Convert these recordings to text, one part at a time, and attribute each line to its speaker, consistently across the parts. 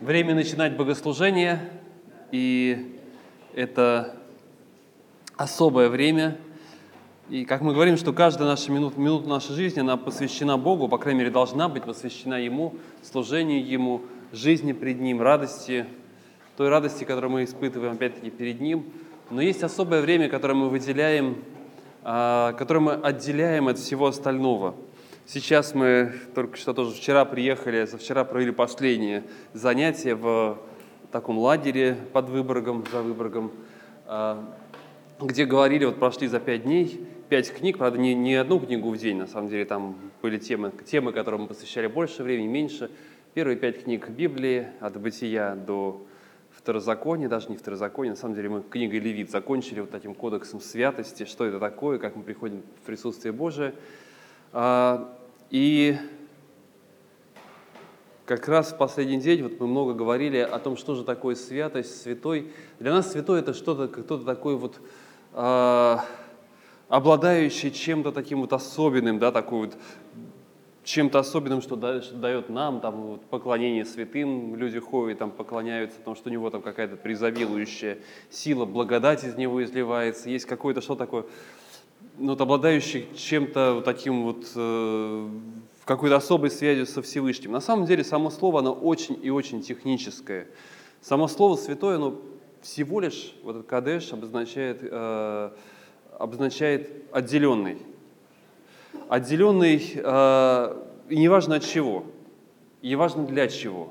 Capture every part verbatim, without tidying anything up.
Speaker 1: Время начинать богослужение, и это особое время. И как мы говорим, что каждая наша минута, минута нашей жизни, она посвящена Богу, по крайней мере, должна быть посвящена Ему, служению Ему, жизни пред Ним, радости, той радости, которую мы испытываем, опять-таки, перед Ним. Но есть особое время, которое мы выделяем, которое мы отделяем от всего остального. Сейчас мы только что тоже вчера приехали, вчера провели последнее занятие в таком лагере под Выборгом, за Выборгом, где говорили, вот прошли за пять дней, пять книг, правда, не, не одну книгу в день, на самом деле, там были темы, темы, которым мы посвящали больше времени, меньше. Первые пять книг Библии, от Бытия до Второзакония, даже не Второзакония, на самом деле мы книгой Левит закончили вот этим кодексом святости, что это такое, как мы приходим в присутствие Божие. И как раз в последний день вот мы много говорили о том, что же такое святость, святой. Для нас святой – это что-то, кто-то такой вот, э, обладающий чем-то таким вот особенным, да, такой вот, чем-то особенным, что дает нам, там, вот, поклонение святым, люди ходят, там, поклоняются, потому что у него там какая-то преизобилующая сила, благодать из него изливается, есть какое-то что такое, ну, вот, обладающий чем-то вот таким вот, э, какой-то особой связью со Всевышним. На самом деле, само слово, оно очень и очень техническое. Само слово «святой», оно всего лишь, вот этот «кадеш» обозначает, э, обозначает «отделенный». Отделенный, э, и неважно от чего, и неважно для чего.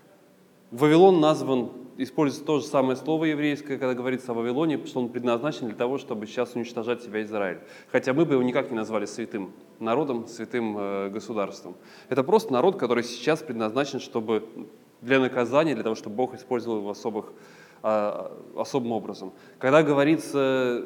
Speaker 1: Вавилон назван, используется то же самое слово еврейское, когда говорится о Вавилоне, что он предназначен для того, чтобы сейчас уничтожать себя Израиль. Хотя мы бы его никак не назвали святым народом, святым э, государством. Это просто народ, который сейчас предназначен, чтобы для наказания, для того, чтобы Бог использовал его особых, э, особым образом. Когда говорится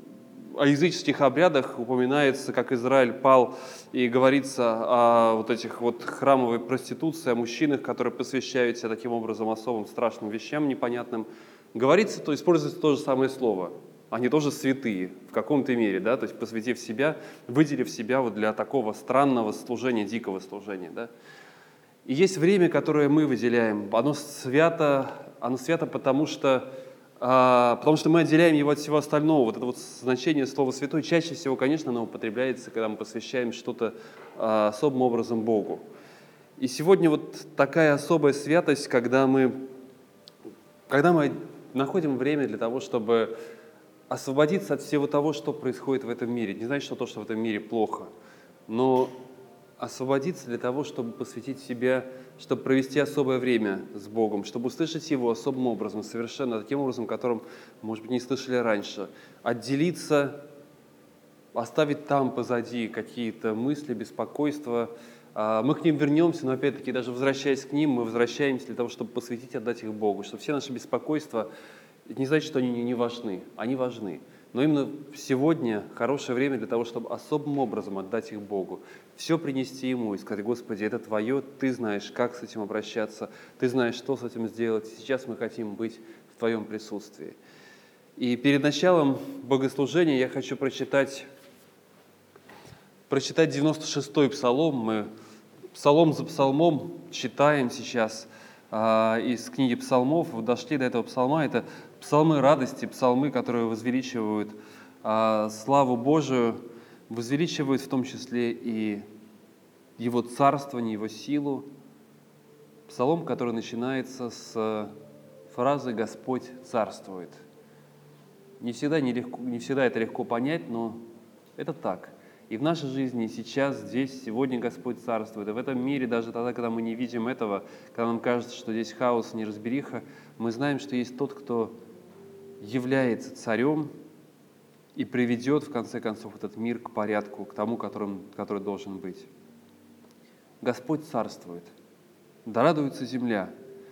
Speaker 1: о языческих обрядах, упоминается, как Израиль пал, и говорится о вот этих вот храмовой проституции, о мужчинах, которые посвящают себя таким образом особым страшным вещам непонятным. Говорится, то используется то же самое слово. Они тоже святые в каком-то мере, да, то есть посвятив себя, выделив себя вот для такого странного служения, дикого служения, да. И есть время, которое мы выделяем, оно свято, оно свято потому что Потому что мы отделяем его от всего остального. Вот это вот значение слова «святой» чаще всего, конечно, оно употребляется, когда мы посвящаем что-то особым образом Богу. И сегодня вот такая особая святость, когда мы, когда мы находим время для того, чтобы освободиться от всего того, что происходит в этом мире. Не значит, что то, что в этом мире плохо, но освободиться для того, чтобы посвятить себя, чтобы провести особое время с Богом, чтобы услышать Его особым образом, совершенно таким образом, которым, может быть, не слышали раньше. Отделиться, оставить там позади какие-то мысли, беспокойства. Мы к ним вернемся, но опять-таки, даже возвращаясь к ним, мы возвращаемся для того, чтобы посвятить, отдать их Богу, чтобы все наши беспокойства, это не значит, что они не важны, они важны. Но именно сегодня хорошее время для того, чтобы особым образом отдать их Богу. Все принести Ему и сказать: Господи, это Твое, Ты знаешь, как с этим обращаться, Ты знаешь, что с этим сделать. Сейчас мы хотим быть в Твоем присутствии. И перед началом богослужения я хочу прочитать, прочитать девяносто шестой псалом. Мы псалом за псалмом читаем сейчас а, из книги псалмов. Вот дошли до этого псалма. Это псалмы радости, псалмы, которые возвеличивают а, славу Божию, возвеличивают в том числе и Его царствование, Его силу. Псалом, который начинается с фразы «Господь царствует». Не всегда, не, легко, не всегда это легко понять, но это так. И в нашей жизни, и сейчас, здесь, сегодня Господь царствует. И в этом мире, даже тогда, когда мы не видим этого, когда нам кажется, что здесь хаос, неразбериха, мы знаем, что есть тот, кто является царем и приведет, в конце концов, этот мир к порядку, к тому, которым, который должен быть. Господь царствует. Да радуется земля,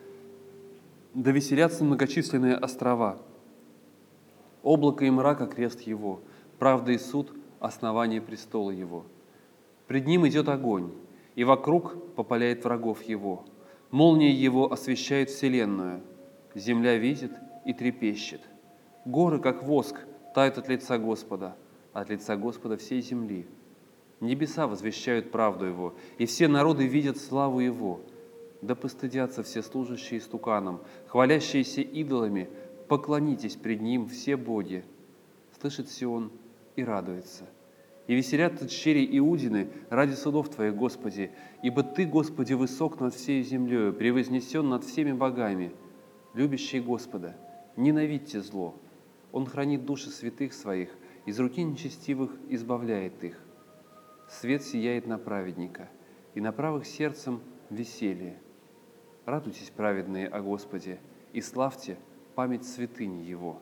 Speaker 1: да веселятся многочисленные острова. Облако и мрака крест Его, правда и суд – основание престола Его. Пред Ним идет огонь, и вокруг попаляет врагов Его. Молния Его освещает вселенную, земля видит и трепещет. Горы, как воск, тают от лица Господа, от лица Господа всей земли. Небеса возвещают правду Его, и все народы видят славу Его. да постыдятся все служащие истуканам, хвалящиеся идолами, поклонитесь пред ним все боги. Слышит Сион и радуется. И веселятся дщери Иудины ради судов Твоих, Господи, ибо Ты, Господи, высок над всей землею, превознесен над всеми богами. Любящие Господа, ненавидьте зло. Он хранит души святых Своих, из руки нечестивых избавляет их. Свет сияет на праведника, и на правых сердцем веселье. Радуйтесь, праведные, о Господе, и славьте память святыни Его.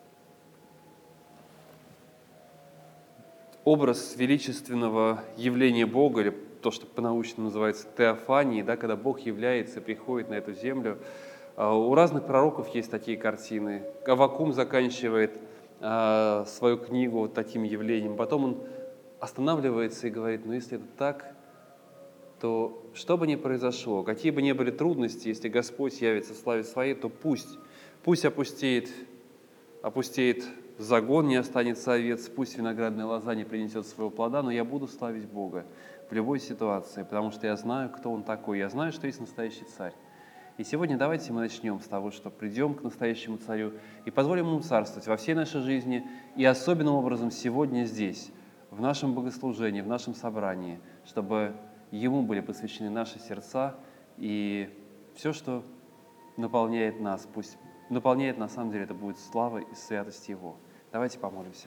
Speaker 1: Образ величественного явления Бога, или то, что по-научному называется теофанией, да, когда Бог является и приходит на эту землю. У разных пророков есть такие картины. Аввакум заканчивает а, свою книгу вот таким явлением. Потом он останавливается и говорит: ну если это так, то что бы ни произошло, какие бы ни были трудности, если Господь явится в славе Своей, то пусть, пусть опустеет, опустеет загон, не останется овец, пусть виноградная лоза не принесет своего плода, но я буду славить Бога в любой ситуации, потому что я знаю, кто Он такой, я знаю, что есть настоящий царь. И сегодня давайте мы начнем с того, что придем к настоящему царю и позволим Ему царствовать во всей нашей жизни и особенным образом сегодня здесь, в нашем богослужении, в нашем собрании, чтобы Ему были посвящены наши сердца и все, что наполняет нас, пусть наполняет, на самом деле, это будет слава и святость Его. Давайте помолимся.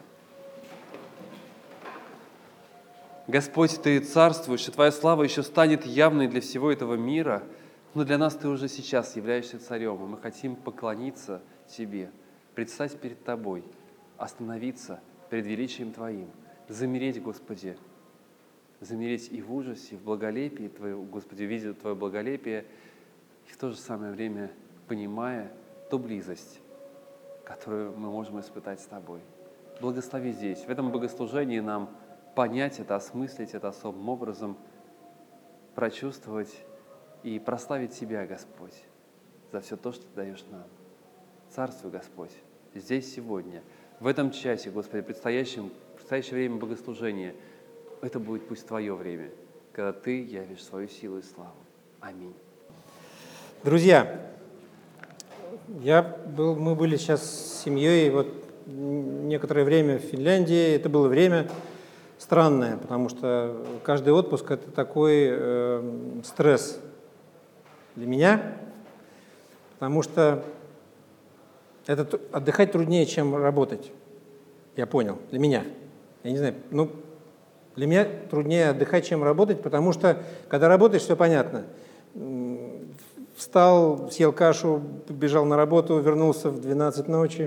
Speaker 1: Господь, Ты царствуешь, и Твоя слава еще станет явной для всего этого мира, но для нас Ты уже сейчас являешься царем, и мы хотим поклониться Тебе, предстать перед Тобой, остановиться перед величием Твоим, замереть, Господи, замереть и в ужасе, и в благолепии Твоем, Господи, видя Твое благолепие, и в то же самое время понимая ту близость, которую мы можем испытать с Тобой. Благослови здесь, в этом богослужении нам понять это, осмыслить это особым образом, прочувствовать и прославить Тебя, Господь, за все то, что Ты даешь нам. Царствуй, Господь, здесь сегодня, в этом часе, Господи, предстоящем, предстоящее время богослужения, это будет пусть Твое время, когда Ты явишь свою силу и славу. Аминь.
Speaker 2: Друзья, я был, мы были сейчас с семьей вот некоторое время в Финляндии. Это было время странное, потому что каждый отпуск – это такой э, стресс для меня, потому что это отдыхать труднее, чем работать. Я понял, для меня. Я не знаю, ну, для меня труднее отдыхать, чем работать, потому что, когда работаешь, все понятно. Встал, съел кашу, побежал на работу, вернулся в двенадцать ночи.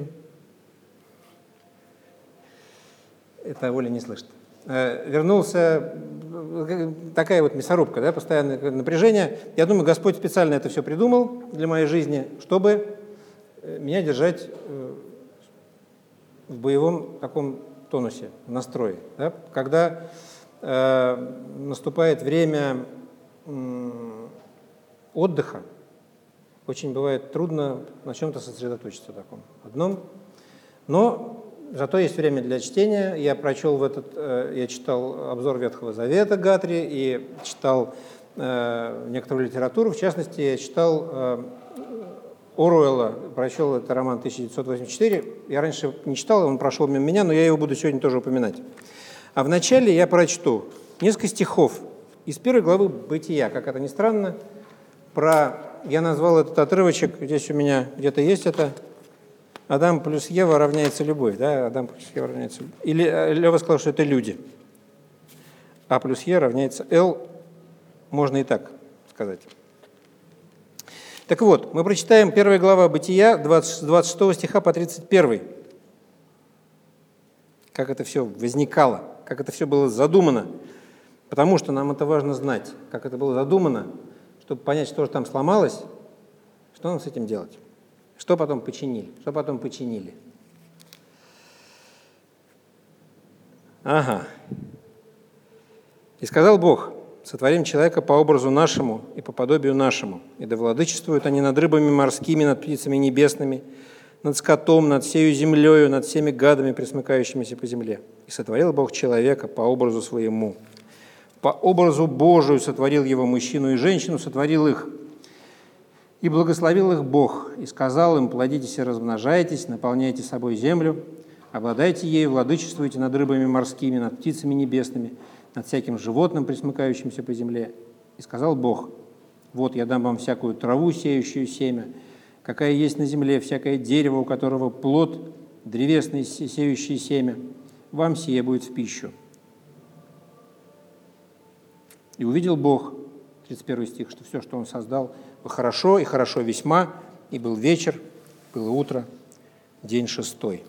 Speaker 2: Это Оля не слышит. Вернулся, такая вот мясорубка, да, постоянное напряжение. Я думаю, Господь специально это все придумал для моей жизни, чтобы меня держать в боевом таком тонусе, в настрое. Да? Когда э, наступает время э, отдыха, очень бывает трудно на чем-то сосредоточиться таком одном. Но зато есть время для чтения. Я прочел в этот, э, я читал обзор Ветхого Завета Гатри и читал э, некоторую литературу. В частности, я читал э, Оруэлла, прочел этот роман тысяча девятьсот восемьдесят четыре. Я раньше не читал, он прошел мимо меня, но я его буду сегодня тоже упоминать. А вначале я прочту несколько стихов из первой главы Бытия, как это ни странно, про... Я назвал этот отрывочек, здесь у меня где-то есть это, Адам плюс Ева равняется любовь, да, Адам плюс Ева равняется любовь. Или Лева сказал, что это люди. А плюс Е равняется Л, можно и так сказать. Так вот, мы прочитаем первая глава Бытия, с двадцать шестого стиха по тридцать первый. Как это все возникало, как это все было задумано. Потому что нам это важно знать, как это было задумано, чтобы понять, что же там сломалось, что нам с этим делать. Что потом починили, что потом починили. Ага. «И сказал Бог: сотворим человека по образу нашему и по подобию нашему, и да владычествуют они над рыбами морскими, над птицами небесными, над скотом, над всею землею, над всеми гадами, пресмыкающимися по земле. И сотворил Бог человека по образу своему. По образу Божию сотворил его, мужчину и женщину сотворил их. И благословил их Бог, и сказал им: плодитесь и размножайтесь, наполняйте собой землю, обладайте ею, владычествуйте над рыбами морскими, над птицами небесными, над всяким животным, пресмыкающимся по земле. И сказал Бог: вот я дам вам всякую траву, сеющую семя, какая есть на земле, всякое дерево, у которого плод древесный, сеющий семя, вам сие будет в пищу. И увидел Бог, тридцать первый стих, что все, что Он создал, было хорошо, и хорошо весьма, и был вечер, было утро, день шестой.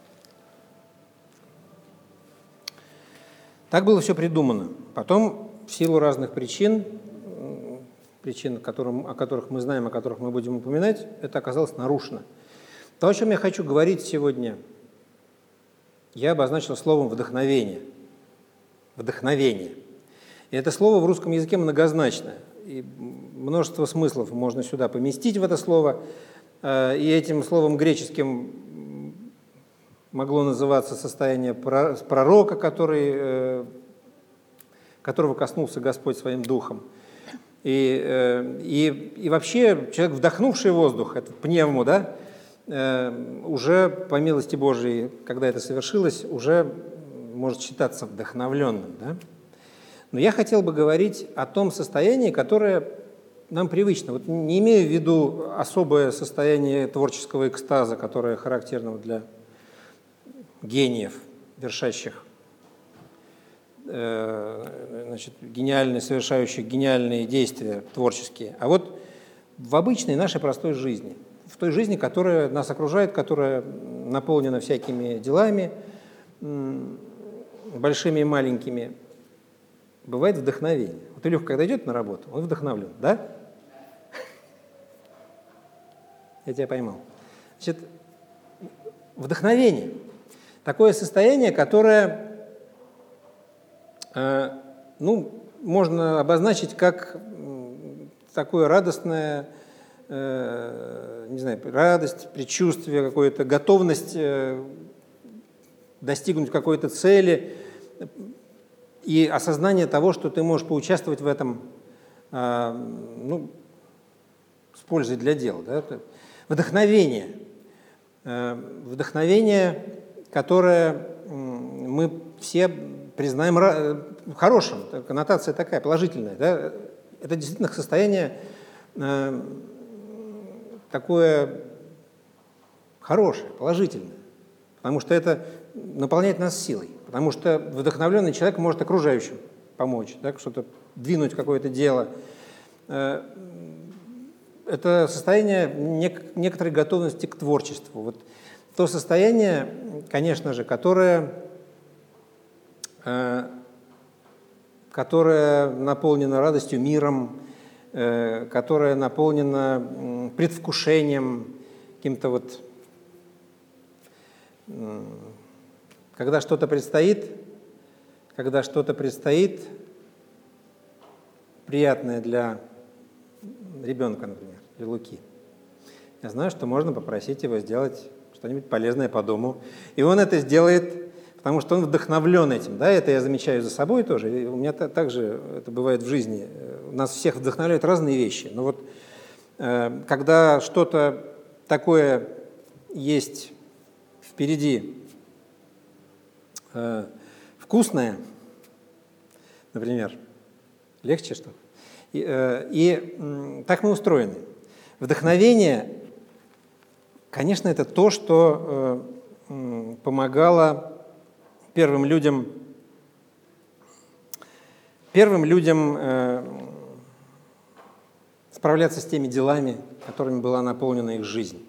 Speaker 2: Так было все придумано. Потом, в силу разных причин, причин, которым, о которых мы знаем, о которых мы будем упоминать, это оказалось нарушено. То, о чем я хочу говорить сегодня, я обозначил словом «вдохновение». Вдохновение. И это слово в русском языке многозначное. И множество смыслов можно сюда поместить в это слово. И этим словом греческим могло называться состояние пророка, который, которого коснулся Господь своим духом. И, и, и вообще человек, вдохнувший воздух, это пневму, да, уже по милости Божией, когда это совершилось, уже может считаться вдохновленным. Да? Но я хотел бы говорить о том состоянии, которое нам привычно. Вот не имею в виду особое состояние творческого экстаза, которое характерно для гениев, вершащих, э, значит, гениальные, совершающих гениальные действия творческие, а вот в обычной нашей простой жизни, в той жизни, которая нас окружает, которая наполнена всякими делами, большими и маленькими, бывает вдохновение. Вот Илюха, когда идет на работу, он вдохновлен, да? Я тебя поймал. Значит, вдохновение. Такое состояние, которое, э, ну, можно обозначить как такое радостное, э, не знаю, радость, предчувствие, какое-то готовность э, достигнуть какой-то цели и осознание того, что ты можешь поучаствовать в этом, э, ну, с пользой для дела. Да? Вдохновение. Э, вдохновение, которое мы все признаем хорошим, коннотация такая, положительная. Да? Это действительно состояние э, такое хорошее, положительное, потому что это наполняет нас силой, потому что вдохновленный человек может окружающим помочь, да, что-то двинуть, какое-то дело. Э, это состояние нек- некоторой готовности к творчеству. Вот то состояние, конечно же, которое, э, которое наполнено радостью, миром, э, которое наполнено э, предвкушением, каким-то вот, э, когда что-то предстоит, когда что-то предстоит, приятное для ребенка, например, или Луки. Я знаю, что можно попросить его сделать что-нибудь полезное по дому. И он это сделает, потому что он вдохновлен этим. Да? Это я замечаю за собой тоже. И у меня также это бывает в жизни. Нас всех вдохновляют разные вещи. Но вот э, когда что-то такое есть впереди, э, вкусное, например, легче что-то. И, э, и э, так мы устроены. Вдохновение, конечно, это то, что э, помогало первым людям, первым людям э, справляться с теми делами, которыми была наполнена их жизнь.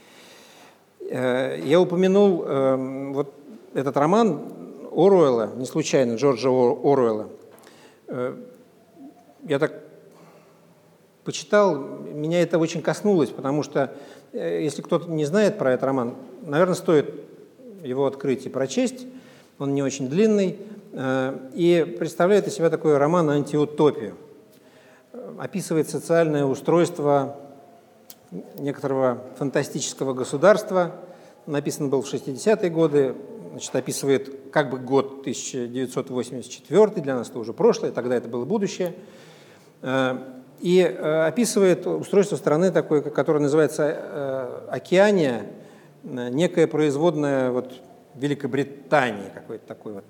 Speaker 2: Э, я упомянул э, вот этот роман Оруэлла, не случайно, Джорджа Оруэлла. Э, я так почитал, меня это очень коснулось, потому что, если кто-то не знает про этот роман, наверное, стоит его открыть и прочесть. Он не очень длинный и представляет из себя такой роман-антиутопию. Описывает социальное устройство некоторого фантастического государства. Написан был в шестидесятые годы, значит, описывает как бы год тысяча девятьсот восемьдесят четвёртый, для нас это уже прошлое, тогда это было будущее. и э, описывает устройство страны такое, которое называется э, Океания, э, некая производная вот Великобритании, какой-то такой вот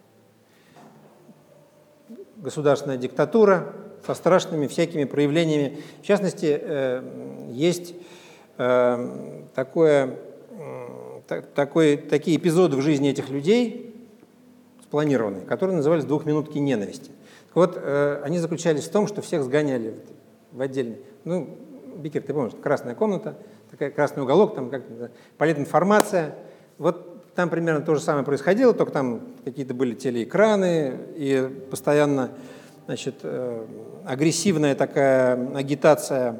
Speaker 2: государственная диктатура со страшными всякими проявлениями. В частности, э, есть э, такое, э, так, такой, такие эпизоды в жизни этих людей, спланированные, которые назывались «двухминутки ненависти». Так вот, э, они заключались в том, что всех сгоняли в отдельный. Ну, Бикер, ты помнишь, красная комната, такой красный уголок, там как политинформация. Вот там примерно то же самое происходило, только там какие-то были телеэкраны и постоянно, значит, э, агрессивная такая агитация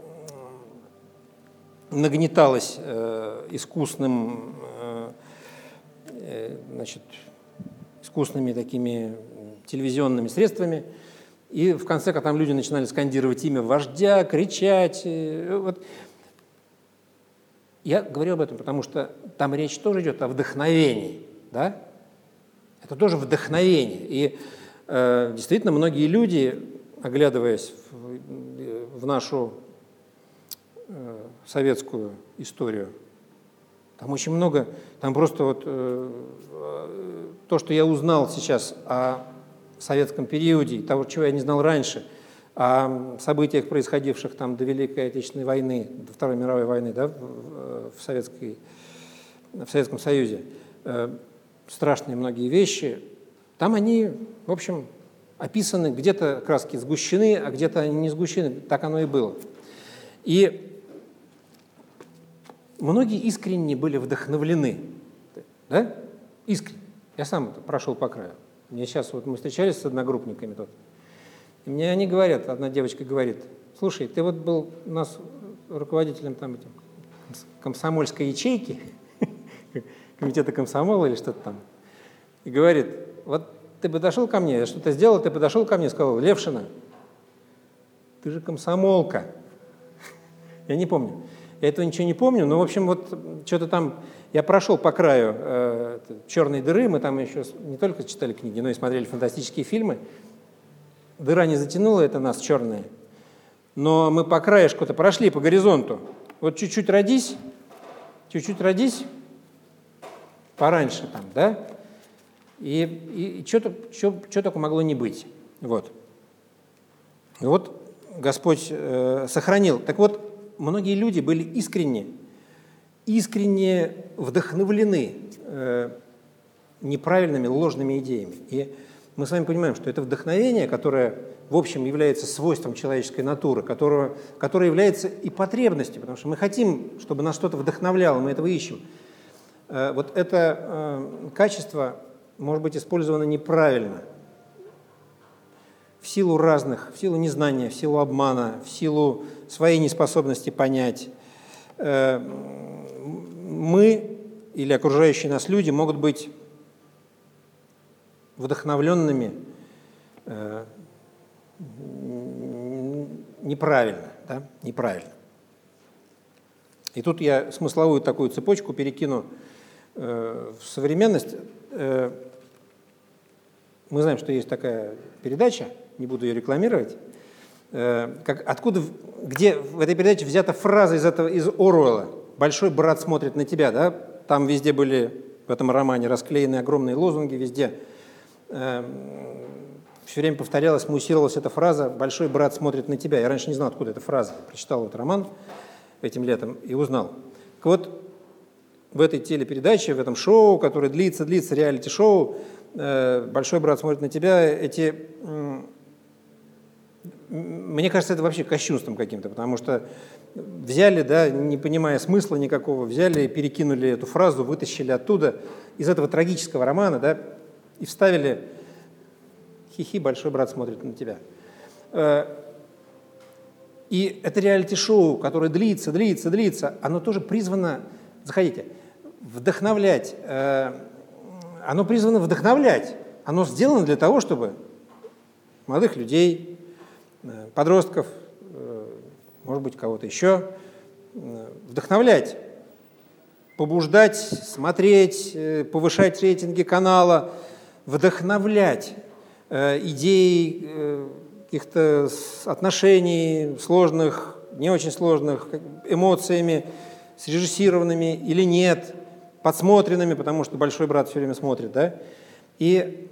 Speaker 2: нагнеталась э, искусным, э, э, значит, искусными такими телевизионными средствами. И в конце, когда там люди начинали скандировать имя вождя, кричать. э, Вот. Я говорю об этом, потому что там речь тоже идет о вдохновении. Да? Это тоже вдохновение. И э, действительно многие люди, оглядываясь в, в нашу э, советскую историю, там очень много, там просто вот э, то, что я узнал сейчас о советском периоде, того, чего я не знал раньше, о событиях, происходивших там до Великой Отечественной войны, до Второй мировой войны, да, в, в, Советской, в Советском Союзе, э, страшные многие вещи, там они, в общем, описаны, где-то краски сгущены, а где-то они не сгущены, так оно и было. И многие искренне были вдохновлены, да, искренне. Я сам прошел по краю. Мне сейчас, вот мы встречались с одногруппниками тут, и мне они говорят, одна девочка говорит: слушай, ты вот был у нас руководителем там этим, комсомольской ячейки, комитета комсомола или что-то там, и говорит: вот ты подошел ко мне, я что-то сделал, ты подошел ко мне и сказал: Левшина, ты же комсомолка. Я не помню. Я этого ничего не помню, но, в общем, вот что-то там... Я прошел по краю э, черной дыры, мы там еще не только читали книги, но и смотрели фантастические фильмы. Дыра не затянула это нас, черная, но мы по краешку-то прошли, по горизонту. Вот чуть-чуть родись, чуть-чуть родись, пораньше там, да? И, и, и что только могло не быть. Вот. И вот Господь э, сохранил. Так вот, многие люди были искренне, искренне вдохновлены э, неправильными, ложными идеями. И мы с вами понимаем, что это вдохновение, которое, в общем, является свойством человеческой натуры, которое, которое является и потребностью, потому что мы хотим, чтобы нас что-то вдохновляло, мы этого ищем. Э, вот это э, качество может быть использовано неправильно, в силу разных, в силу незнания, в силу обмана, в силу своей неспособности понять. Мы или окружающие нас люди могут быть вдохновленными неправильно, да? Неправильно. И тут я смысловую такую цепочку перекину в современность. Мы знаем, что есть такая передача, не буду ее рекламировать, как, откуда, где в этой передаче взята фраза из, этого, из Оруэлла «Большой брат смотрит на тебя». Да? Там везде были, в этом романе, расклеены огромные лозунги, везде э, все время повторялась, муссировалась эта фраза «Большой брат смотрит на тебя». Я раньше не знал, откуда эта фраза. Прочитал этот роман этим летом и узнал. Так вот, в этой телепередаче, в этом шоу, которое длится, длится, реалити-шоу, э, «Большой брат смотрит на тебя», эти... Э, Мне кажется, это вообще кощунством каким-то, потому что взяли, да, не понимая смысла никакого, взяли, перекинули эту фразу, вытащили оттуда, из этого трагического романа, да, и вставили «Хи-хи, большой брат смотрит на тебя». И это реалити-шоу, которое длится, длится, длится, оно тоже призвано, заходите, вдохновлять, оно призвано вдохновлять, оно сделано для того, чтобы молодых людей, подростков, может быть, кого-то еще, вдохновлять, побуждать, смотреть, повышать рейтинги канала, вдохновлять идеей каких-то отношений сложных, не очень сложных, эмоциями, срежиссированными или нет, подсмотренными, потому что большой брат все время смотрит, да? И,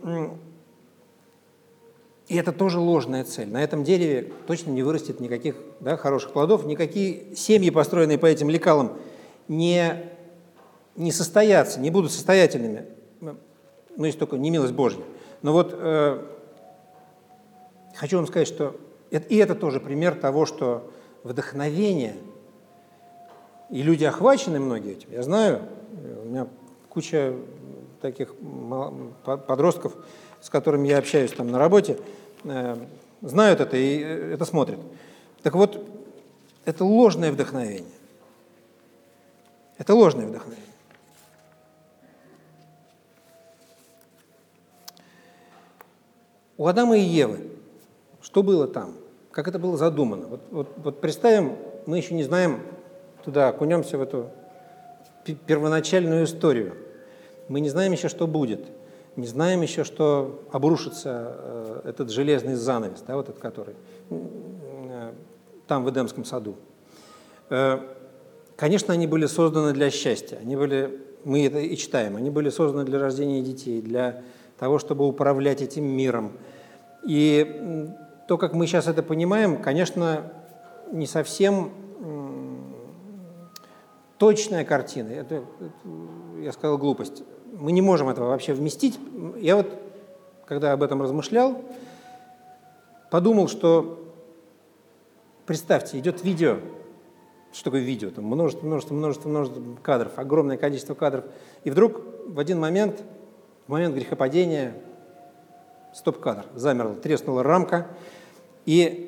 Speaker 2: и это тоже ложная цель. На этом дереве точно не вырастет никаких, да, хороших плодов, никакие семьи, построенные по этим лекалам, не, не состоятся, не будут состоятельными. Ну, если только не милость Божья. Но вот э, хочу вам сказать, что это, и это тоже пример того, что вдохновение, и люди охвачены многие этим. Я знаю, у меня куча таких подростков, с которыми я общаюсь там на работе, э, знают это и это смотрят. Так вот, это ложное вдохновение. Это ложное вдохновение. У Адама и Евы что было там? Как это было задумано? Вот, вот, вот представим, мы еще не знаем, туда окунемся в эту первоначальную историю. Мы не знаем еще, что будет. Не знаем еще, что обрушится э, этот железный занавес, да, вот этот который, э, там, в Эдемском саду. Э, конечно, они были созданы для счастья. Они были, мы это и читаем, они были созданы для рождения детей, для того, чтобы управлять этим миром. И то, как мы сейчас это понимаем, конечно, не совсем точная картина. Это, это, я сказал глупость. Мы не можем этого вообще вместить. Я вот, когда об этом размышлял, подумал, что, представьте, идет видео. Что такое видео? Там множество, множество, множество, множество кадров, огромное количество кадров. И вдруг в один момент, в момент грехопадения, стоп-кадр, замерла, треснула рамка, и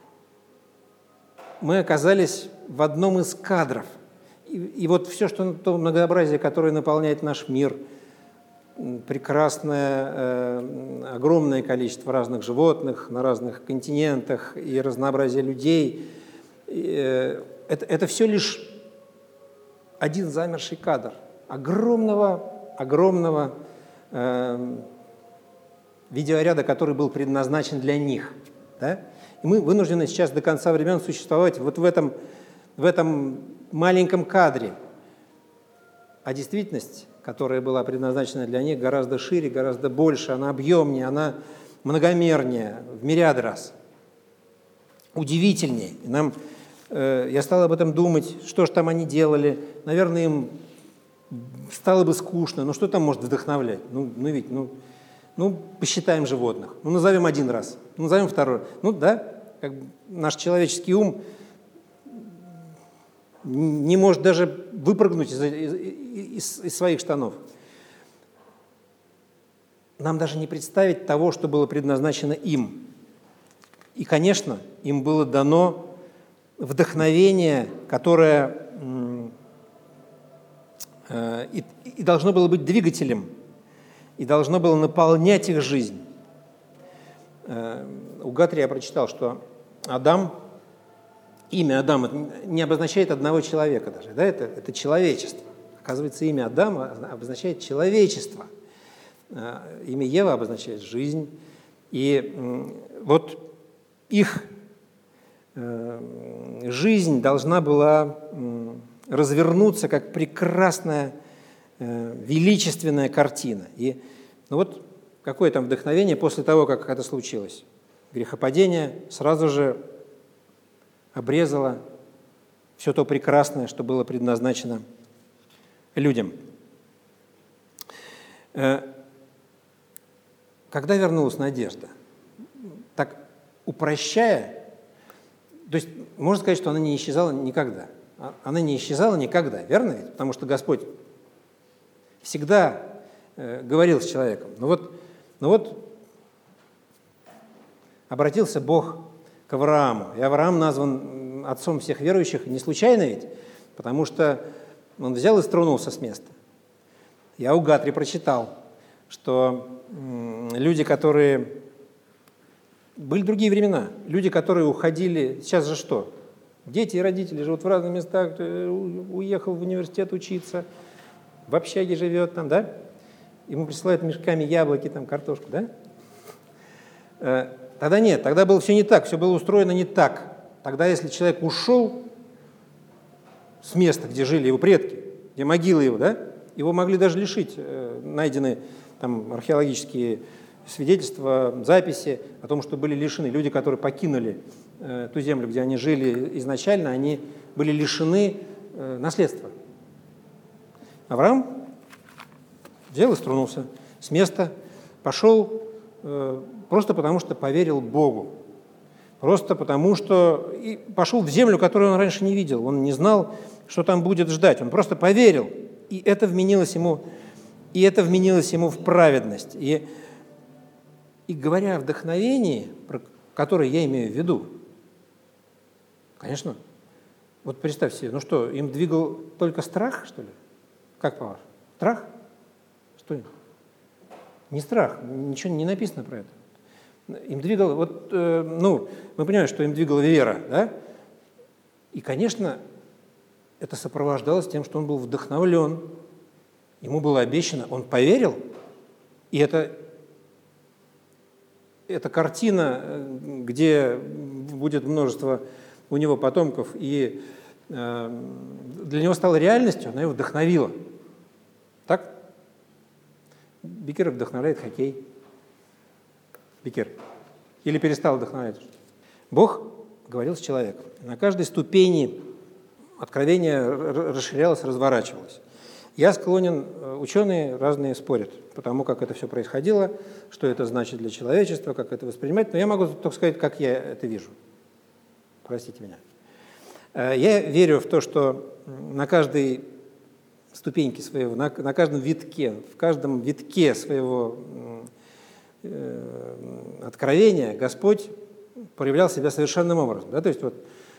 Speaker 2: мы оказались в одном из кадров. И, и вот все, что то многообразие, которое наполняет наш мир, прекрасное, э, огромное количество разных животных на разных континентах и разнообразие людей, э, это, это все лишь один замерший кадр огромного, огромного э, видеоряда, который был предназначен для них. Да? И мы вынуждены сейчас до конца времен существовать вот в этом, в этом маленьком кадре. А действительность, которая была предназначена для них, гораздо шире, гораздо больше, она объемнее, она многомернее, в мириады раз. Удивительнее. И нам, э, я стал об этом думать, что же там они делали. Наверное, им стало бы скучно. Ну, что там может вдохновлять? Ну, ну ведь, ну, ну, посчитаем животных. Ну, назовем один раз. Ну, назовем второй. Ну, да, как бы наш человеческий ум не может даже выпрыгнуть из, из, из, из своих штанов. Нам даже не представить того, что было предназначено им. И, конечно, им было дано вдохновение, которое э, и, и должно было быть двигателем, и должно было наполнять их жизнь. Э, у Гатри я прочитал, что Адам, имя Адам не обозначает одного человека даже, да, это, это человечество. Оказывается, имя Адама обозначает человечество. Э, имя Ева обозначает жизнь. И э, вот их э, жизнь должна была э, развернуться как прекрасная, э, величественная картина. И ну вот какое там вдохновение после того, как это случилось. Грехопадение сразу же обрезало все то прекрасное, что было предназначено людям. Э, когда вернулась надежда? Так, упрощая, то есть можно сказать, что она не исчезала никогда. Она не исчезала никогда, верно ведь? Потому что Господь всегда э, говорил с человеком. Но вот, но вот обратился Бог к Аврааму. И Авраам назван отцом всех верующих не случайно ведь, потому что он взял и стронулся с места. Я у Гатри прочитал, что м, люди, которые... Были другие времена. Люди, которые уходили... Сейчас же что? Дети и родители живут в разных местах, уехал в университет учиться, в общаге живет там, да? Ему присылают мешками яблоки, там, картошку, да? Тогда нет, тогда было все не так, все было устроено не так. Тогда, если человек ушел с места, где жили его предки, где могила его, да, его могли даже лишить, э, найдены там археологические свидетельства, записи о том, что были лишены. Люди, которые покинули э, ту землю, где они жили изначально, они были лишены э, наследства. Авраам взял и стронулся с места, пошел э, просто потому, что поверил Богу. Просто потому, что и пошел в землю, которую он раньше не видел. Он не знал, что там будет ждать. Он просто поверил. И это вменилось ему, и это вменилось ему в праведность. И, и говоря о вдохновении, про которое я имею в виду, конечно, вот представь себе, ну что, им двигал только страх, что ли? Как по-вашему? Страх? Что? Не страх, ничего не написано про это. Им двигал, вот, э, ну, мы понимаем, что им двигала вера, да? И, конечно, это сопровождалось тем, что он был вдохновлен, ему было обещано, он поверил, и это, это картина, где будет множество у него потомков, и э, для него стала реальностью, она его вдохновила. Так? Беккера вдохновляет хоккей. Беккер. Или перестал вдохновлять. Бог говорил с человеком. На каждой ступени откровение расширялось, разворачивалось. Я склонен, ученые разные спорят, потому как это все происходило, что это значит для человечества, как это воспринимать, но я могу только сказать, как я это вижу. Простите меня. Я верю в то, что на каждой ступеньке своего, на, на каждом витке, в каждом витке своего э, откровения Господь проявлял себя совершенным образом. Да? То есть вот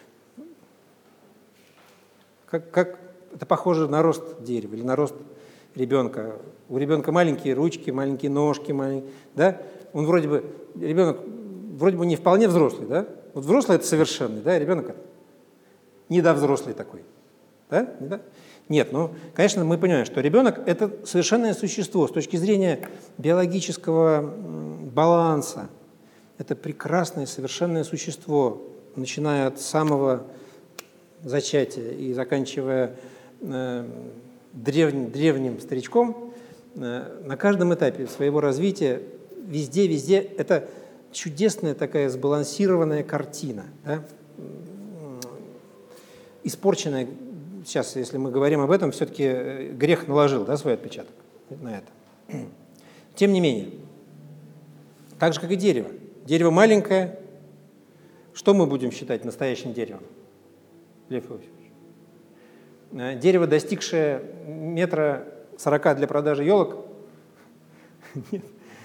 Speaker 2: как, как это похоже на рост дерева или на рост ребенка. У ребенка маленькие ручки, маленькие ножки, маленькие, да? Он вроде бы, ребенок вроде бы не вполне взрослый, да? Вот взрослый – это совершенный, да? Ребенок – это недовзрослый такой, да? Не да? Нет, ну, конечно, мы понимаем, что ребенок – это совершенное существо с точки зрения биологического баланса. Это прекрасное, совершенное существо, начиная от самого зачатия и заканчивая э, древним, древним старичком, э, на каждом этапе своего развития, везде, везде, это чудесная такая сбалансированная картина, да? Испорченная. Сейчас, если мы говорим об этом, все-таки грех наложил, да, свой отпечаток на это. Тем не менее, так же, как и дерево. Дерево маленькое. Что мы будем считать настоящим деревом? Лев Иосифович. Дерево, достигшее метра сорока для продажи елок? Нет.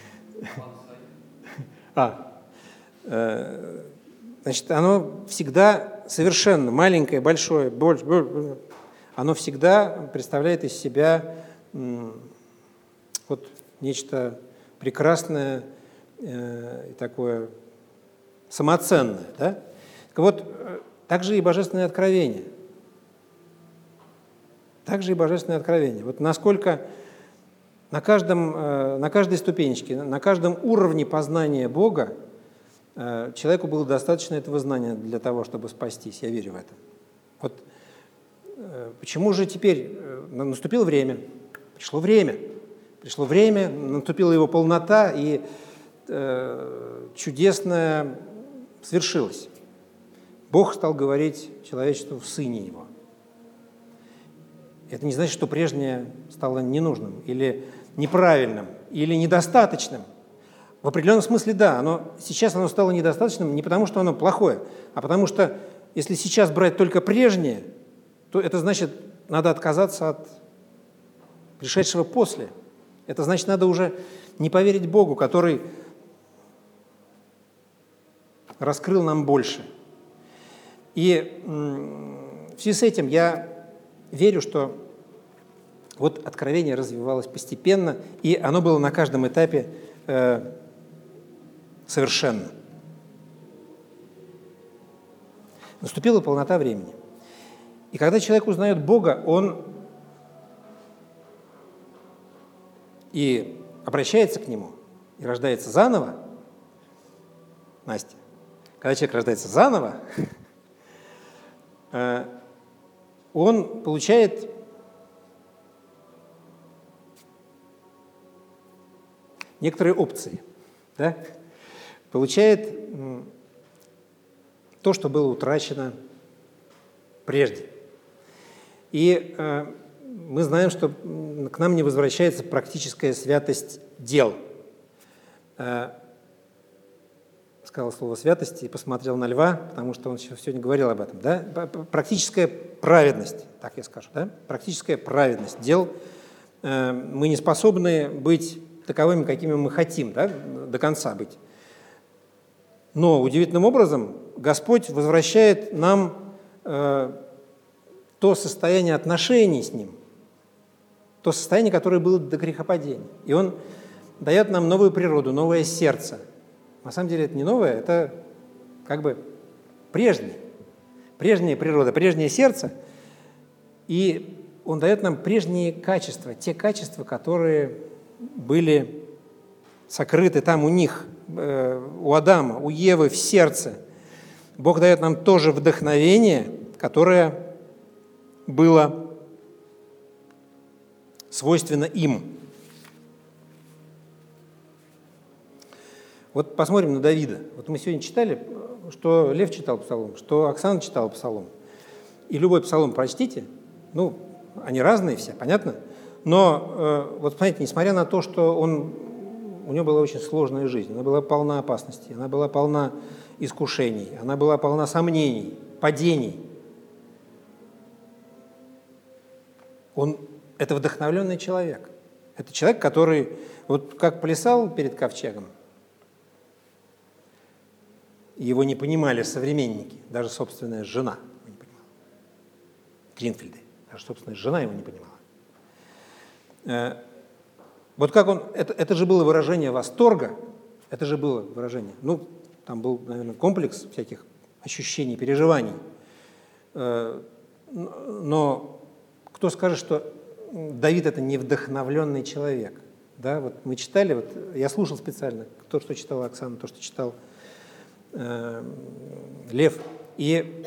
Speaker 2: А. Значит, оно всегда совершенно маленькое, большое, больше, больше, оно всегда представляет из себя вот нечто прекрасное э, и такое самоценное. Да? Так вот, так же и божественное откровение. Так же и божественное откровение. Вот насколько на, каждом, э, на каждой ступенечке, на каждом уровне познания Бога э, человеку было достаточно этого знания для того, чтобы спастись. Я верю в это. Вот э, почему же теперь э, наступило время? Пришло время. Пришло время, наступила его полнота, и э, чудесное свершилось. Бог стал говорить человечеству в Сыне Его. Это не значит, что прежнее стало ненужным, или неправильным, или недостаточным. В определенном смысле, да, оно, сейчас оно стало недостаточным не потому, что оно плохое, а потому что, если сейчас брать только прежнее, то это значит, надо отказаться от пришедшего после. Это значит, надо уже не поверить Богу, который раскрыл нам больше. И в связи с этим я верю, что вот откровение развивалось постепенно, и оно было на каждом этапе э, совершенно. Наступила полнота времени. И когда человек узнает Бога, он и обращается к Нему, и рождается заново, Настя, когда человек рождается заново, он получает некоторые опции, да? Получает то, что было утрачено прежде. И э, мы знаем, что к нам не возвращается практическая святость дел. Э, сказал слово «святость» и посмотрел на Льва, потому что он сегодня говорил об этом. Да? Практическая праведность, так я скажу, да? Практическая праведность дел. Э, мы не способны быть таковыми, какими мы хотим, да? До конца быть. Но удивительным образом Господь возвращает нам э, то состояние отношений с Ним, то состояние, которое было до грехопадения. И Он дает нам новую природу, новое сердце. На самом деле это не новое, это как бы прежнее. Прежняя природа, прежнее сердце. И Он дает нам прежние качества, те качества, которые были сокрыты там у них, у Адама, у Евы в сердце. Бог дает нам тоже вдохновение, которое было свойственно им. Вот посмотрим на Давида. Вот мы сегодня читали, что Лев читал псалом, что Оксана читала псалом. И любой псалом прочтите, ну, они разные все, понятно? Но э, вот смотрите, несмотря на то, что он, у него была очень сложная жизнь, она была полна опасностей, она была полна искушений, она была полна сомнений, падений. Он – это вдохновленный человек. Это человек, который вот как плясал перед ковчегом, его не понимали современники, даже собственная жена его не понимала. Гринфельды, даже собственная жена его не понимала. Вот как он, это, это же было выражение восторга, это же было выражение, ну, там был, наверное, комплекс всяких ощущений, переживаний. Но кто скажет, что Давид – это не вдохновленный человек? Да, вот мы читали, вот я слушал специально то, что читала Оксана, то, что читал э, Лев. И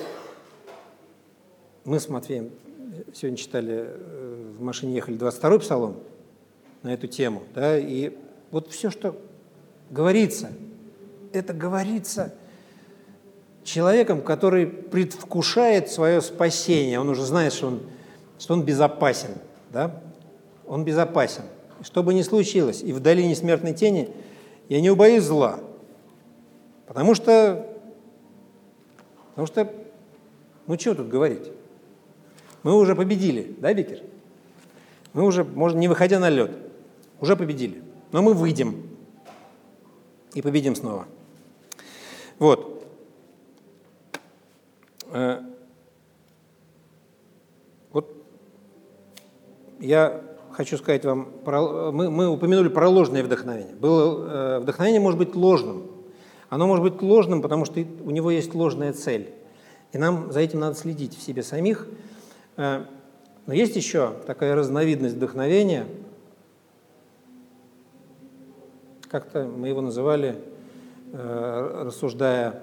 Speaker 2: мы с Матвеем сегодня читали, в машине ехали двадцать второй псалом на эту тему. Да, и вот все, что говорится, это говорится человеком, который предвкушает свое спасение. Он уже знает, что он, что он безопасен. Да? Он безопасен. И что бы ни случилось, и в долине смертной тени я не убоюсь зла. Потому что, потому что, ну чего тут говорить? Мы уже победили, да, Бикер? Мы уже, может, не выходя на лед, уже победили. Но мы выйдем и победим снова. Вот. Вот я хочу сказать вам, про, мы, мы упомянули про ложное вдохновение. Было, вдохновение может быть ложным. Оно может быть ложным, потому что у него есть ложная цель. И нам за этим надо следить в себе самих. Но есть еще такая разновидность вдохновения. Как-то мы его называли, рассуждая,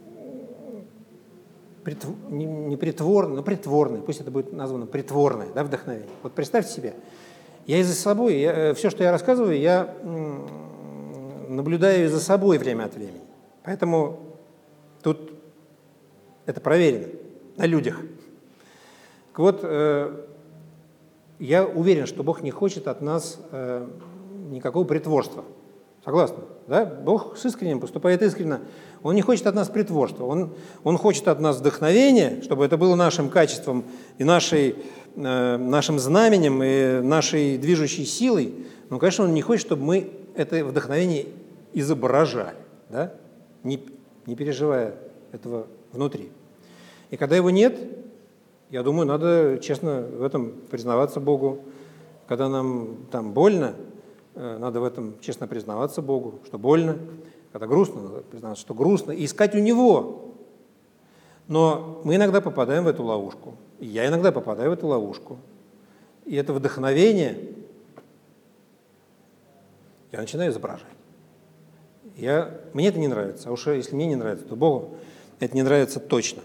Speaker 2: притв... не притворный, но притворный, пусть это будет названо притворное, да, вдохновение. Вот представьте себе, я и за собой, я, все, что я рассказываю, я наблюдаю и за собой время от времени. Поэтому тут это проверено на людях. Так вот, э, я уверен, что Бог не хочет от нас э, никакого притворства. Согласны? Да? Бог с искренним поступает искренне. Он не хочет от нас притворства. Он, он хочет от нас вдохновения, чтобы это было нашим качеством и нашей, э, нашим знаменем, и нашей движущей силой. Но, конечно, Он не хочет, чтобы мы это вдохновение изображали, да? не, не переживая этого внутри. И когда его нет, я думаю, надо честно в этом признаваться Богу. Когда нам там больно, надо в этом честно признаваться Богу, что больно. Когда грустно, надо признаваться, что грустно, и искать у Него. Но мы иногда попадаем в эту ловушку. И я иногда попадаю в эту ловушку. И это вдохновение я начинаю изображать. Я, мне это не нравится, а уж если мне не нравится, то Богу это не нравится точно.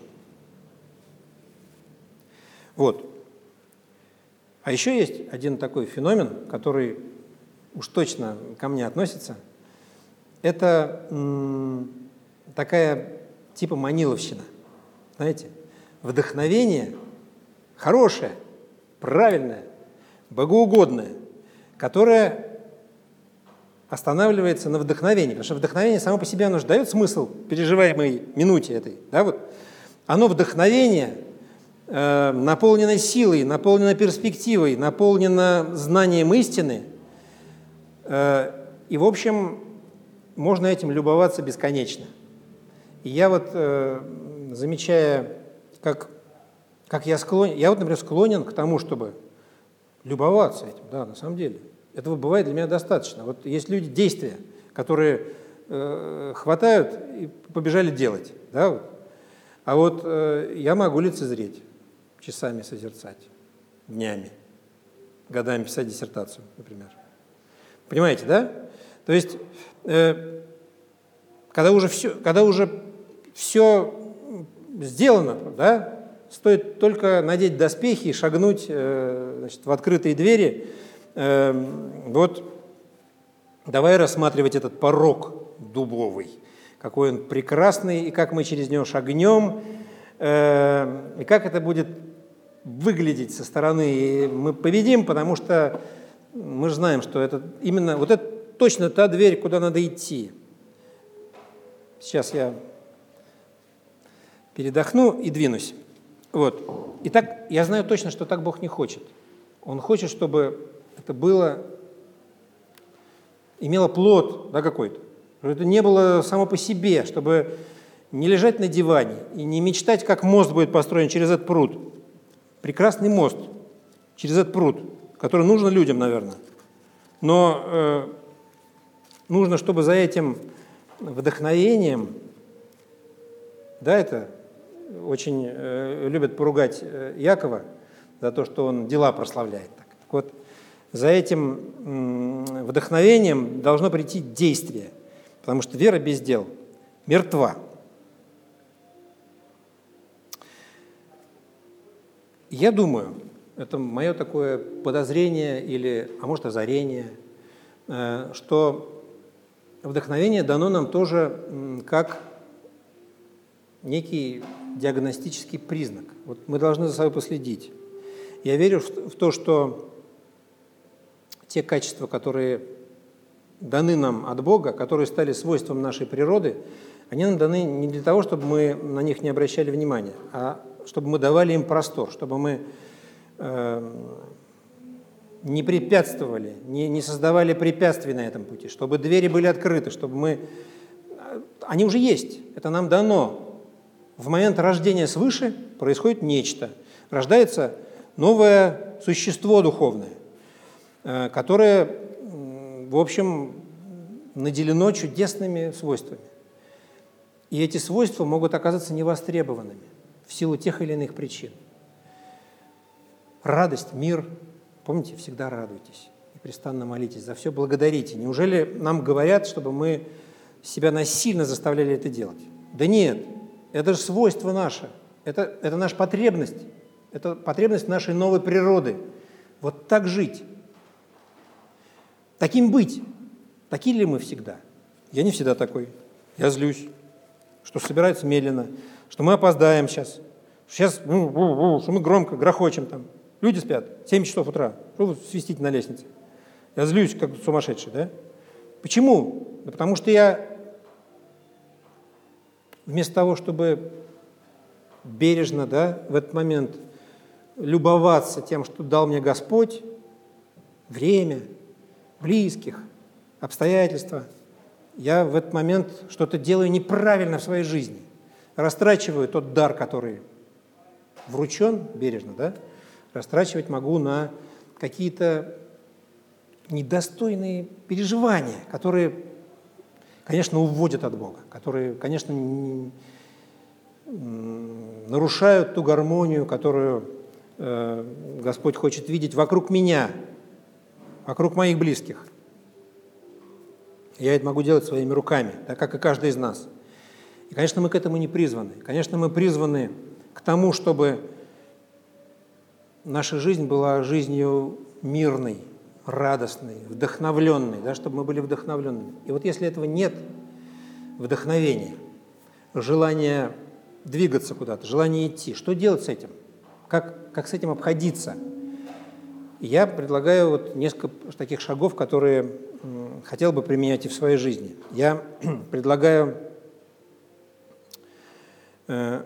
Speaker 2: Вот. А еще есть один такой феномен, который уж точно ко мне относится. Это м, такая типа маниловщина. Знаете, вдохновение хорошее, правильное, богоугодное, которое останавливается на вдохновении, потому что вдохновение само по себе, оно же дает смысл переживаемой минуте этой. Да, вот. Оно вдохновение, э, наполнено силой, наполнено перспективой, наполнено знанием истины. Э, и, в общем, можно этим любоваться бесконечно. И я вот, э, замечая, как, как я склонен, я вот, например, склонен к тому, чтобы любоваться этим, да, на самом деле. Этого бывает для меня достаточно. Вот есть люди, действия, которые э, хватают и побежали делать. Да, вот. А вот э, я могу лицезреть, часами созерцать, днями, годами писать диссертацию, например. Понимаете, да? То есть, э, когда уже все, когда уже все сделано, да, стоит только надеть доспехи и шагнуть э, значит, в открытые двери. Вот давай рассматривать этот порог дубовый, какой он прекрасный, и как мы через него шагнем, и как это будет выглядеть со стороны. И мы победим, потому что мы же знаем, что это именно, вот это точно та дверь, куда надо идти. Сейчас я передохну и двинусь. Вот. И так, я знаю точно, что так Бог не хочет. Он хочет, чтобы это было, имело плод, да, какой-то. Чтобы это не было само по себе, чтобы не лежать на диване и не мечтать, как мост будет построен через этот пруд. Прекрасный мост через этот пруд, который нужен людям, наверное. Но э, нужно, чтобы за этим вдохновением, да, это очень э, любят поругать э, Якова за то, что он дела прославляет. Так, так вот, за этим вдохновением должно прийти действие, потому что вера без дел мертва. Я думаю, это мое такое подозрение или, а может, озарение, что вдохновение дано нам тоже как некий диагностический признак. Вот мы должны за собой последить. Я верю в то, что те качества, которые даны нам от Бога, которые стали свойством нашей природы, они нам даны не для того, чтобы мы на них не обращали внимания, а чтобы мы давали им простор, чтобы мы э, не препятствовали, не, не создавали препятствий на этом пути, чтобы двери были открыты, чтобы мы… Они уже есть, это нам дано. В момент рождения свыше происходит нечто. Рождается новое существо духовное, которое, в общем, наделено чудесными свойствами. И эти свойства могут оказаться невостребованными в силу тех или иных причин. Радость, мир. Помните, всегда радуйтесь, непрестанно молитесь, за все благодарите. Неужели нам говорят, чтобы мы себя насильно заставляли это делать? Да нет, это же свойство наше, это, это наша потребность, это потребность нашей новой природы. Вот так жить. Таким быть. Такие ли мы всегда? Я не всегда такой. Я злюсь, что собирается медленно, что мы опоздаем сейчас, сейчас, что мы громко грохочем там. Люди спят, семь часов утра. Что вы свистите на лестнице? Я злюсь, как сумасшедший, да? Почему? Да потому что я вместо того, чтобы бережно, да, в этот момент любоваться тем, что дал мне Господь, время, близких, обстоятельства, я в этот момент что-то делаю неправильно в своей жизни, растрачиваю тот дар, который вручен бережно, да, растрачивать могу на какие-то недостойные переживания, которые, конечно, уводят от Бога, которые, конечно, не, нарушают ту гармонию, которую э, Господь хочет видеть вокруг меня, вокруг моих близких. Я это могу делать своими руками, да, как и каждый из нас. И, конечно, мы к этому не призваны. Конечно, мы призваны к тому, чтобы наша жизнь была жизнью мирной, радостной, вдохновленной, да, чтобы мы были вдохновленными. И вот если этого нет, вдохновения, желания двигаться куда-то, желания идти, что делать с этим? Как, как с этим обходиться? Я предлагаю вот несколько таких шагов, которые м, хотел бы применять и в своей жизни. Я предлагаю э,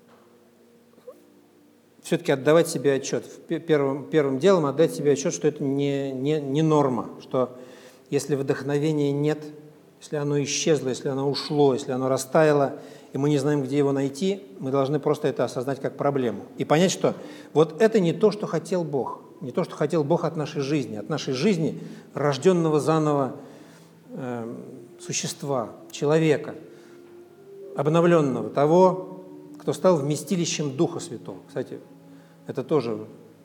Speaker 2: все-таки отдавать себе отчет. Первым, первым делом отдать себе отчет, что это не, не, не норма, что если вдохновения нет, если оно исчезло, если оно ушло, если оно растаяло, и мы не знаем, где его найти, мы должны просто это осознать как проблему. И понять, что вот это не то, что хотел Бог, не то, что хотел Бог от нашей жизни, от нашей жизни, рожденного заново э, существа, человека, обновленного, того, кто стал вместилищем Духа Святого. Кстати, это тоже,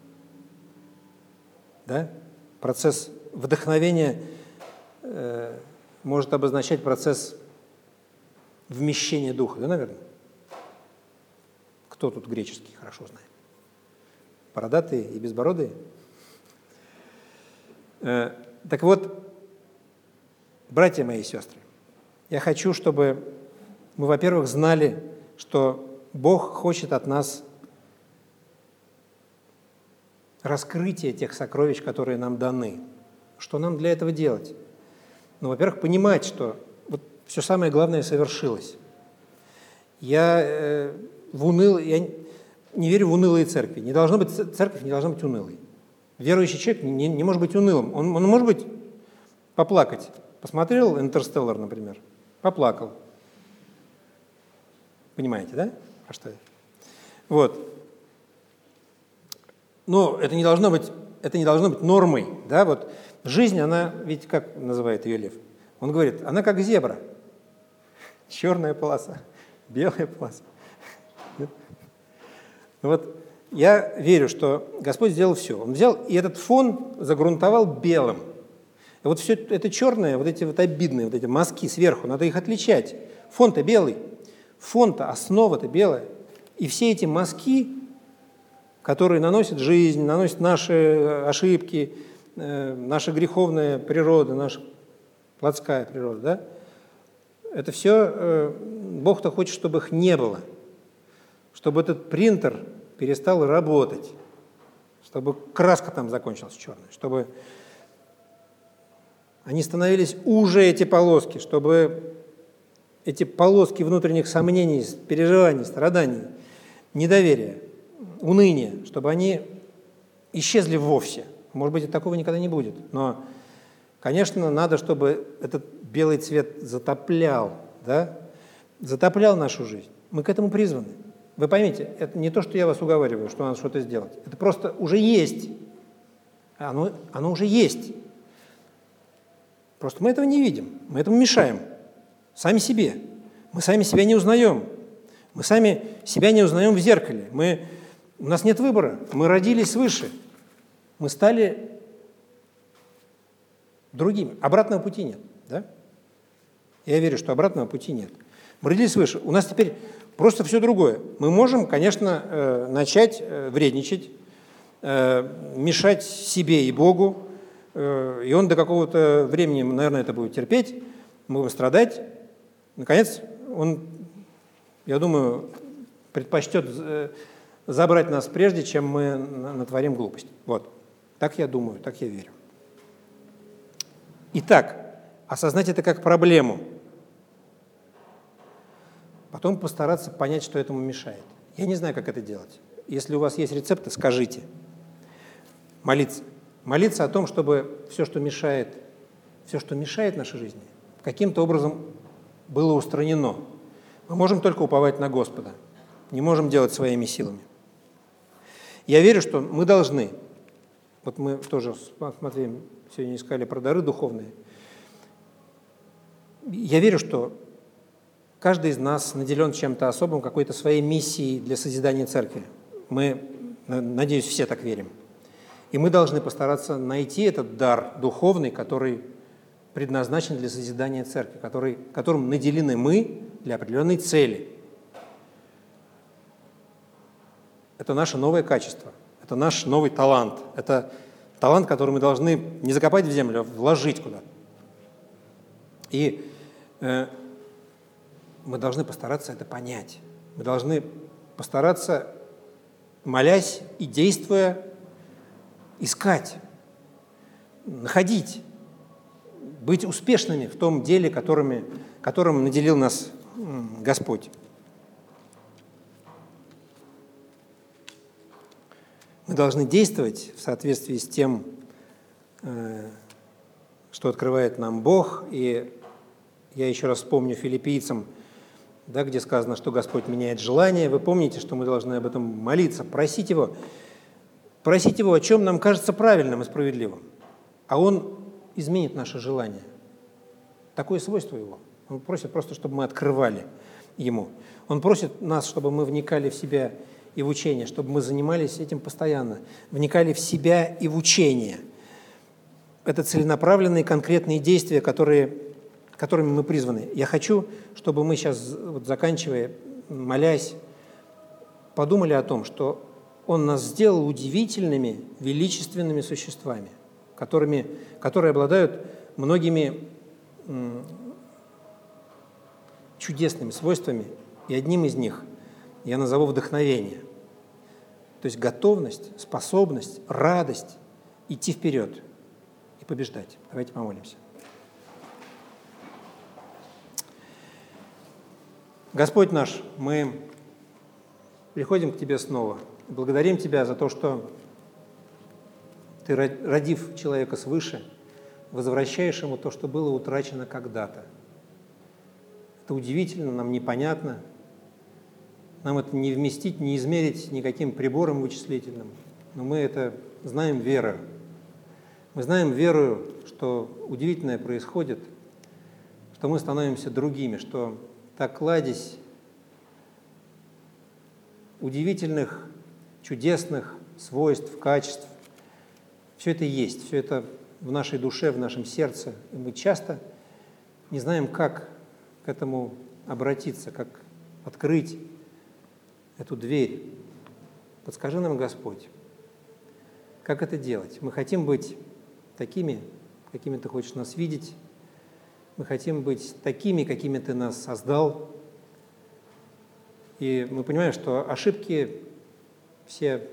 Speaker 2: да, процесс вдохновения э, может обозначать процесс вмещения Духа, да, наверное? Кто тут греческий хорошо знает? Бородатые и безбородые? Э, так вот, братья мои и сестры, я хочу, чтобы мы, во-первых, знали, что Бог хочет от нас раскрытия тех сокровищ, которые нам даны. Что нам для этого делать? Ну, во-первых, понимать, что вот все самое главное совершилось. Я, э, в уныл... я не верю в унылые церкви. Не должна быть церковь, не должна быть унылой. Верующий человек не, не может быть унылым. Он, он может быть поплакать. Посмотрел «Интерстеллар», например, поплакал. Понимаете, да? А что это? Вот. Но это не должно быть, это не должно быть нормой. Да? Вот жизнь, она, ведь как называет ее Лев? Он говорит, она как зебра. Черная полоса, белая полоса. Вот я верю, что Господь сделал все. Он взял и этот фон загрунтовал белым. И вот все это черное, вот эти вот обидные, вот эти мазки сверху, надо их отличать. Фон-то белый, фон-то, основа-то белая. И все эти мазки, которые наносят жизнь, наносят наши ошибки, э, наша греховная природа, наша плотская природа, да? Это все э, Бог-то хочет, чтобы их не было, чтобы этот принтер перестал работать, чтобы краска там закончилась черная, чтобы они становились уже, эти полоски, чтобы эти полоски внутренних сомнений, переживаний, страданий, недоверия, уныния, чтобы они исчезли вовсе. Может быть, и такого никогда не будет. Но, конечно, надо, чтобы этот белый цвет затоплял, да? затоплял нашу жизнь. Мы к этому призваны. Вы поймите, это не то, что я вас уговариваю, что надо что-то сделать. Это просто уже есть. Оно, оно уже есть. Просто мы этого не видим. Мы этому мешаем. Сами себе. Мы сами себя не узнаем. Мы сами себя не узнаем в зеркале. Мы, у нас нет выбора. Мы родились свыше. Мы стали другими. Обратного пути нет. Да? Я верю, что обратного пути нет. Мы родились свыше. У нас теперь просто все другое. Мы можем, конечно, э, начать э, вредничать, э, мешать себе и Богу, э, и Он до какого-то времени, наверное, это будет терпеть, мы будем страдать. Наконец, Он, я думаю, предпочтет э, забрать нас прежде, чем мы натворим глупость. Вот. Так я думаю, так я верю. Итак, осознать это как проблему. Потом постараться понять, что этому мешает. Я не знаю, как это делать. Если у вас есть рецепты, скажите. Молиться. Молиться о том, чтобы все, что мешает, все, что мешает нашей жизни, каким-то образом было устранено. Мы можем только уповать на Господа. Не можем делать своими силами. Я верю, что мы должны. Вот мы тоже с Матвеем сегодня искали про дары духовные. Я верю, что каждый из нас наделен чем-то особым, какой-то своей миссией для созидания церкви. Мы, надеюсь, все так верим. И мы должны постараться найти этот дар духовный, который предназначен для созидания церкви, который, которым наделены мы для определенной цели. Это наше новое качество, это наш новый талант, это талант, который мы должны не закопать в землю, а вложить куда-то. И э, мы должны постараться это понять. Мы должны постараться, молясь и действуя, искать, находить, быть успешными в том деле, которыми, которым наделил нас Господь. Мы должны действовать в соответствии с тем, что открывает нам Бог. И я еще раз вспомню филиппийцам, да, где сказано, что Господь меняет желания. Вы помните, что мы должны об этом молиться, просить Его, просить Его, о чем нам кажется правильным и справедливым. А Он изменит наше желание. Такое свойство Его. Он просит просто, чтобы мы открывали Ему. Он просит нас, чтобы мы вникали в себя и в учение, чтобы мы занимались этим постоянно, вникали в себя и в учение. Это целенаправленные конкретные действия, которые, которыми мы призваны. Я хочу, чтобы мы сейчас, вот заканчивая, молясь, подумали о том, что Он нас сделал удивительными, величественными существами, которыми, которые обладают многими м, чудесными свойствами, и одним из них я назову вдохновение. То есть готовность, способность, радость идти вперед и побеждать. Давайте помолимся. Господь наш, мы приходим к Тебе снова. Благодарим Тебя за то, что Ты, родив человека свыше, возвращаешь ему то, что было утрачено когда-то. Это удивительно, нам непонятно. Нам это не вместить, не измерить никаким прибором вычислительным. Но мы это знаем верою. Мы знаем верою, что удивительное происходит, что мы становимся другими, что та кладезь удивительных, чудесных свойств, качеств, все это есть, все это в нашей душе, в нашем сердце. И мы часто не знаем, как к этому обратиться, как открыть эту дверь. Подскажи нам, Господь, как это делать? Мы хотим быть такими, какими Ты хочешь нас видеть. Мы хотим быть такими, какими Ты нас создал. И мы понимаем, что ошибки все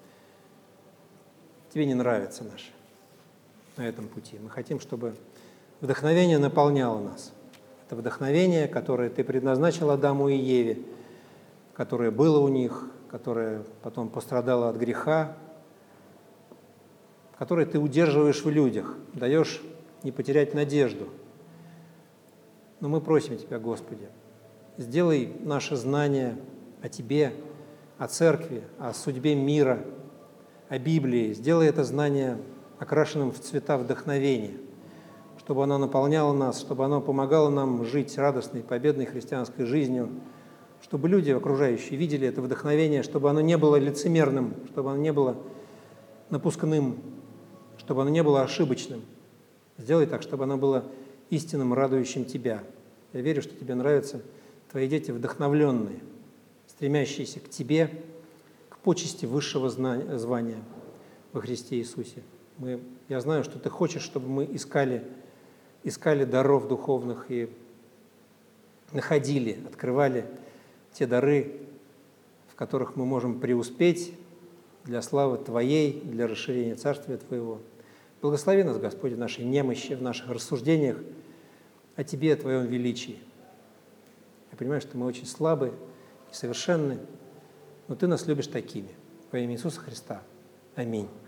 Speaker 2: Тебе не нравятся наши на этом пути. Мы хотим, чтобы вдохновение наполняло нас. Это вдохновение, которое Ты предназначил Адаму и Еве, которое было у них, которое потом пострадало от греха, которое Ты удерживаешь в людях, даешь не потерять надежду. Но мы просим Тебя, Господи, сделай наше знание о Тебе, о Церкви, о судьбе мира, о Библии, сделай это знание окрашенным в цвета вдохновения, чтобы оно наполняло нас, чтобы оно помогало нам жить радостной, победной христианской жизнью, чтобы люди окружающие видели это вдохновение, чтобы оно не было лицемерным, чтобы оно не было напускным, чтобы оно не было ошибочным. Сделай так, чтобы оно было истинным, радующим Тебя. Я верю, что Тебе нравятся Твои дети вдохновленные, стремящиеся к Тебе, к почести высшего знания, звания во Христе Иисусе. Мы, я знаю, что Ты хочешь, чтобы мы искали, искали даров духовных и находили, открывали те дары, в которых мы можем преуспеть для славы Твоей, для расширения Царствия Твоего. Благослови нас, Господь, в нашей немощи, в наших рассуждениях о Тебе, о Твоем величии. Я понимаю, что мы очень слабы, несовершенны, но Ты нас любишь такими. Во имя Иисуса Христа. Аминь.